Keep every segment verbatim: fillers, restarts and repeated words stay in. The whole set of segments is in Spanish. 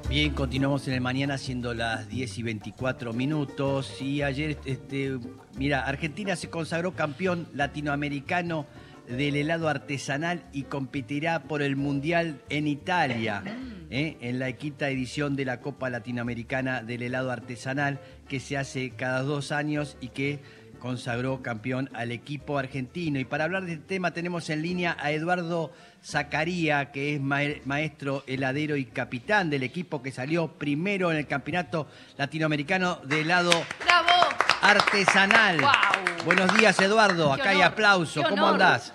Bien, continuamos en el mañana siendo las diez y veinticuatro minutos y ayer, este, mira, Argentina se consagró campeón latinoamericano del helado artesanal y competirá por el Mundial en Italia, ¿eh? en la quinta edición de la Copa Latinoamericana del helado artesanal que se hace cada dos años y que consagró campeón al equipo argentino. Y para hablar del tema tenemos en línea a Eduardo Zacaría, que es maestro heladero y capitán del equipo que salió primero en el Campeonato Latinoamericano de helado ¡Bravo! artesanal. ¡Wow! Buenos días, Eduardo. Acá hay aplauso. ¿Cómo andás?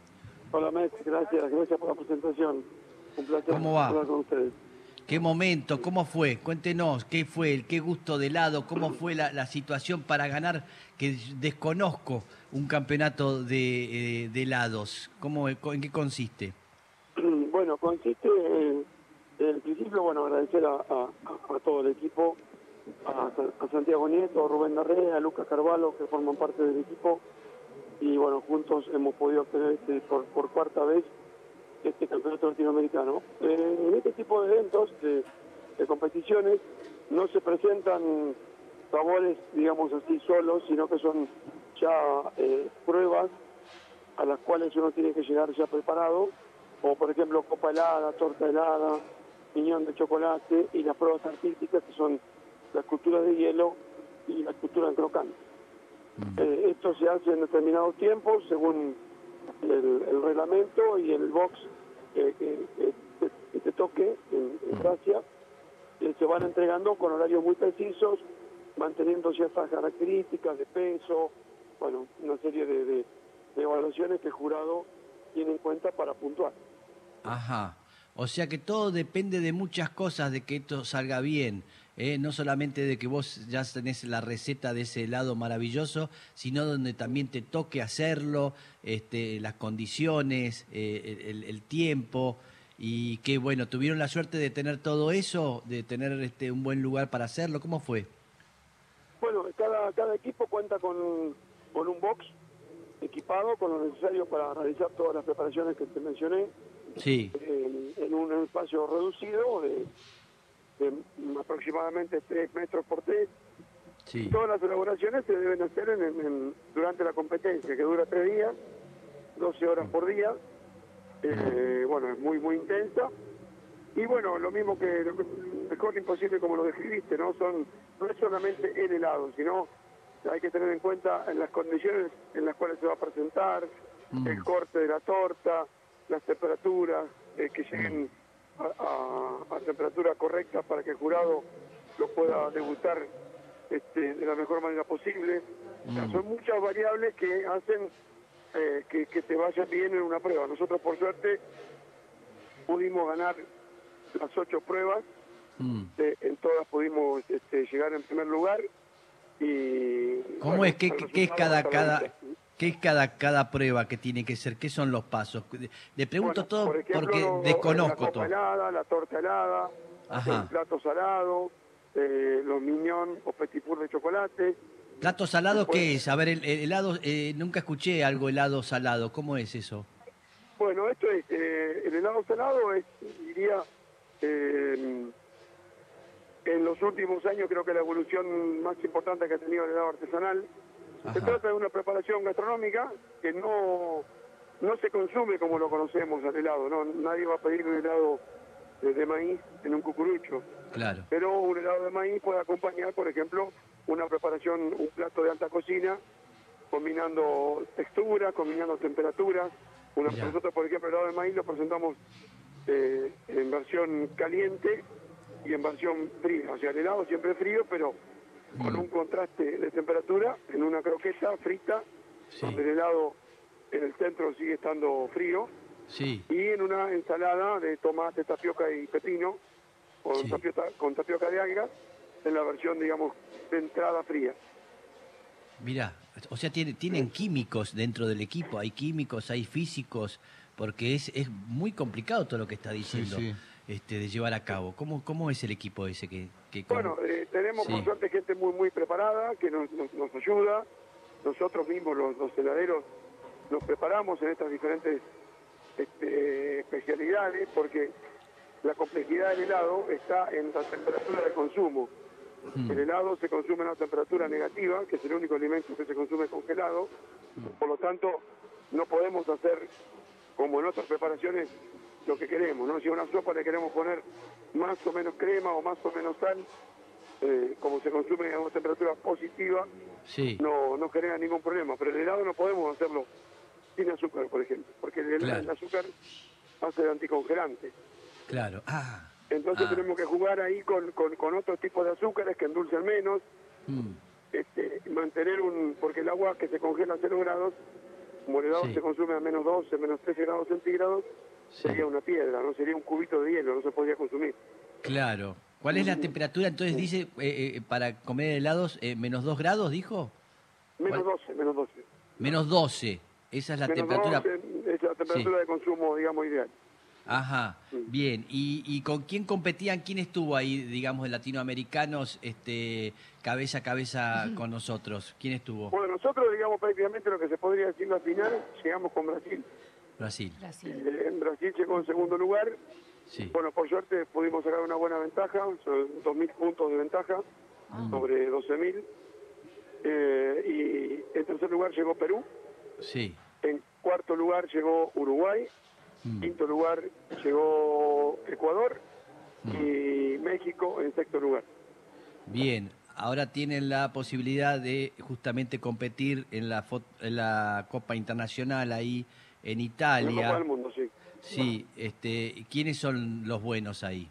Hola, Messi. Gracias. Gracias por la presentación. Un placer ¿Cómo va? hablar con ustedes. ¿Qué momento? ¿Cómo fue? Cuéntenos, ¿qué fue? ¿El qué gusto de helado? ¿Cómo fue la, la situación para ganar? Que desconozco un campeonato de, eh, de helados. ¿Cómo, ¿En qué consiste? Bueno, consiste en, en principio, bueno, agradecer a, a, a todo el equipo, a, a Santiago Nieto, a Rubén Darré, a Lucas Carvalho, que forman parte del equipo. Y bueno, juntos hemos podido obtener este, por, por cuarta vez este campeonato latinoamericano. Eh, en este tipo de eventos, de, de competiciones, no se presentan sabores, digamos así, solos, sino que son ya eh, pruebas a las cuales uno tiene que llegar ya preparado, como por ejemplo copa helada, torta helada, piñón de chocolate y las pruebas artísticas que son las culturas de hielo y la cultura en crocante. Mm. Eh, esto se hace en determinados tiempos según el, el reglamento y el box eh, que, que, que te toque en, en Francia. Eh, se van entregando con horarios muy precisos, manteniendo ciertas características de peso, bueno, una serie de, de, de evaluaciones que el jurado tiene en cuenta para puntuar. Ajá. O sea que todo depende de muchas cosas de que esto salga bien, ¿eh? No solamente de que vos ya tenés la receta de ese helado maravilloso, sino donde también te toque hacerlo, este, las condiciones, eh, el, el tiempo, y que bueno, ¿tuvieron la suerte de tener todo eso, de tener este, un buen lugar para hacerlo? ¿Cómo fue? Bueno, cada, cada equipo cuenta con, con un box equipado con lo necesario para realizar todas las preparaciones que te mencioné. Sí. En, en un espacio reducido de, de aproximadamente tres metros por tres. Sí. Todas las elaboraciones se deben hacer en, en, durante la competencia, que dura tres días, doce horas por día. Eh, bueno, es muy, muy intensa. Y bueno, lo mismo que mejor imposible como lo describiste, ¿no? Son, no es solamente el helado, sino hay que tener en cuenta en las condiciones en las cuales se va a presentar, mm. el corte de la torta, las temperaturas, eh, que lleguen a, a, a temperatura correcta para que el jurado lo pueda degustar este, de la mejor manera posible. Mm. O sea, son muchas variables que hacen eh, que, que te vaya bien en una prueba. Nosotros, por suerte, pudimos ganar las ocho pruebas, mm. eh, en todas pudimos este, llegar en primer lugar. Y, ¿Cómo bueno, es? ¿Qué, qué es cada, cada, ¿Qué es cada, cada prueba que tiene que ser? ¿Qué son los pasos? Le pregunto bueno, todo por ejemplo, porque lo, desconozco la todo. La helada, la torta helada, Ajá. el plato salado, eh, los mignon o petit four de chocolate. ¿Plato salado Después, qué es? A ver, el, el helado, eh, nunca escuché algo helado salado. ¿Cómo es eso? Bueno, esto es, eh, el helado salado es, diría, eh, en los últimos años creo que la evolución más importante que ha tenido el helado artesanal. Ajá. Se trata de una preparación gastronómica que no, no se consume como lo conocemos al helado, ¿no? Nadie va a pedir un helado de, de maíz en un cucurucho. Claro. Pero un helado de maíz puede acompañar, por ejemplo, una preparación, un plato de alta cocina, combinando texturas, combinando temperaturas. Una, nosotros, por ejemplo, el helado de maíz lo presentamos eh, en versión caliente y en versión fría. O sea, el helado siempre frío, pero con un contraste de temperatura en una croqueta frita, sí. donde el helado en el centro sigue estando frío, sí. y en una ensalada de tomate, tapioca y pepino, con, sí. tapioca, con tapioca de algas, en la versión, digamos, de entrada fría. Mirá, o sea, tiene, tienen sí. químicos dentro del equipo, hay químicos, hay físicos, porque es, es muy complicado todo lo que está diciendo. Sí, sí. Este, de llevar a cabo. ¿Cómo, cómo es el equipo ese que...? que bueno, eh, tenemos sí. por suerte gente muy muy preparada que nos, nos, nos ayuda. Nosotros mismos, los, los heladeros, nos preparamos en estas diferentes este, especialidades porque la complejidad del helado está en la temperatura de consumo. Mm. El helado se consume a una temperatura negativa, que es el único alimento que se consume congelado. Por lo tanto, no podemos hacer, como en otras preparaciones, lo que queremos, ¿no? Si a una sopa le queremos poner más o menos crema o más o menos sal, eh, como se consume a una temperatura positiva, Sí. no, no genera ningún problema. Pero el helado no podemos hacerlo sin azúcar, por ejemplo, porque el, Claro. el azúcar hace de anticongelante. Claro. Ah. Entonces ah. tenemos que jugar ahí con, con, con otro tipo de azúcares que endulcen menos, Mm. este, mantener un... porque el agua que se congela a cero grados, como el helado Sí. se consume a menos doce, menos trece grados centígrados, Sí. sería una piedra, no sería un cubito de hielo, no se podría consumir. Claro. ¿Cuál es la temperatura? Entonces dice, eh, eh, para comer helados, eh, menos dos grados, dijo. Menos ¿Cuál? doce, menos doce. Menos doce. Esa es la Menos temperatura. doce es la temperatura Sí. de consumo, digamos, ideal. Ajá, bien. ¿Y, ¿Y con quién competían? ¿Quién estuvo ahí, digamos, de latinoamericanos, este, cabeza a cabeza con nosotros? ¿Quién estuvo? Bueno, nosotros, digamos, prácticamente lo que se podría decir la final, llegamos con Brasil. Brasil. Brasil. Eh, en Brasil llegó en segundo lugar. Sí. Bueno, por suerte pudimos sacar una buena ventaja, son dos mil puntos de ventaja sobre doce mil. Eh, y en tercer lugar llegó Perú. Sí. En cuarto lugar llegó Uruguay. Mm. Quinto lugar llegó Ecuador. Y México en sexto lugar. Bien. Ahora tienen la posibilidad de justamente competir en la, fo- en la Copa Internacional ahí en En la Copa Italia. del Mundo, sí. Sí. Este, ¿quiénes son los buenos ahí?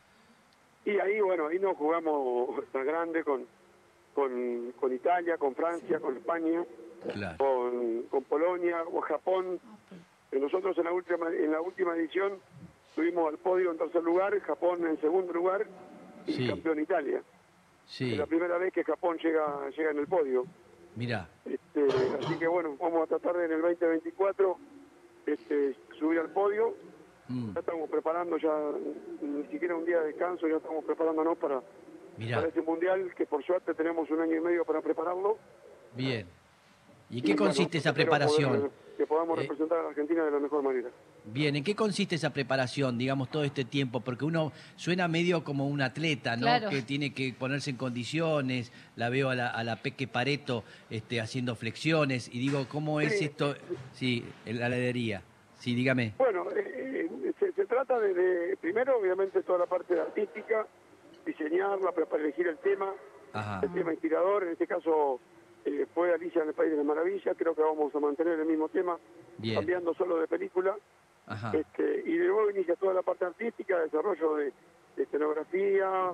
Y ahí, bueno, ahí nos jugamos hasta grande con, con, con Italia, con Francia, con España, Claro. con, con Polonia o Japón. Eh, Nosotros en la última en la última edición subimos al podio en tercer lugar, Japón en segundo lugar y Sí. campeón Italia. Sí. Es la primera vez que Japón llega llega en el podio. Mirá. Este, así que bueno, vamos a tratar de en el veinte veinticuatro este, subir al podio. Mm. Ya estamos preparando, ya ni siquiera un día de descanso, ya estamos preparándonos para, Mirá. para este mundial, que por suerte tenemos un año y medio para prepararlo. Bien. ¿Y en Y, qué bueno, consiste esa espero preparación? poder- que podamos Eh, representar a la Argentina de la mejor manera. Bien, ¿en qué consiste esa preparación, digamos, todo este tiempo? Porque uno suena medio como un atleta, ¿no? Claro. Que tiene que ponerse en condiciones, la veo a la, a la Peque Pareto este, haciendo flexiones, y digo, ¿cómo es Sí. esto? Sí, en la heladería. Sí, dígame. Bueno, eh, eh, se, se trata de, de, primero, obviamente, toda la parte artística, diseñarla, para elegir el tema, Ajá. el tema inspirador. En este caso eh, fue Alicia en el País de las Maravillas. Creo que vamos a mantener el mismo tema, Bien. cambiando solo de película. Ajá. Este, y luego inicia toda la parte artística, desarrollo de, de escenografía,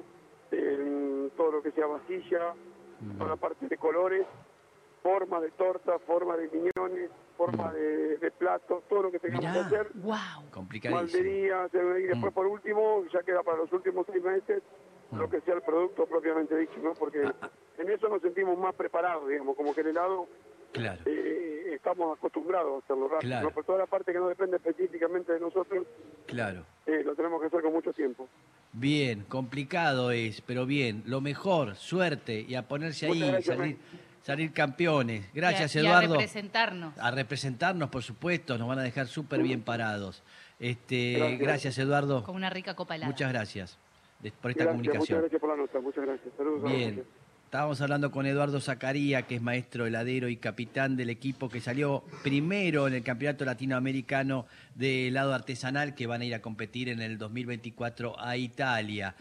de, todo lo que sea vasilla, toda la parte de colores, forma de torta, forma de piñones, forma de, de platos, todo lo que tengamos Mirá. que hacer. Wow. Complicadísimo. Malderías, y después Mm. por último, ya queda para los últimos seis meses, Mm. lo que sea el producto propiamente dicho, ¿no? Porque Ah, ah. en eso nos sentimos más preparados, digamos, como que el helado Claro. eh, estamos acostumbrados a hacerlo rápido, Claro. ¿no? Por toda la parte que no depende específicamente de nosotros, Claro. eh, lo tenemos que hacer con mucho tiempo. Bien, complicado es, pero bien, lo mejor, suerte y a ponerse Muchas ahí, gracias, salir, salir campeones. Gracias, Y a- y Eduardo. a representarnos. A representarnos, por supuesto, nos van a dejar súper bien parados. Este, Gracias. gracias, Eduardo. Con una rica copa helada. Muchas gracias de- por esta Gracias, comunicación. muchas gracias por la nota, muchas gracias. Saludos a la Bien. gente. Estábamos hablando con Eduardo Zacaría, que es maestro heladero y capitán del equipo que salió primero en el Campeonato Latinoamericano de helado artesanal, que van a ir a competir en el dos mil veinticuatro a Italia.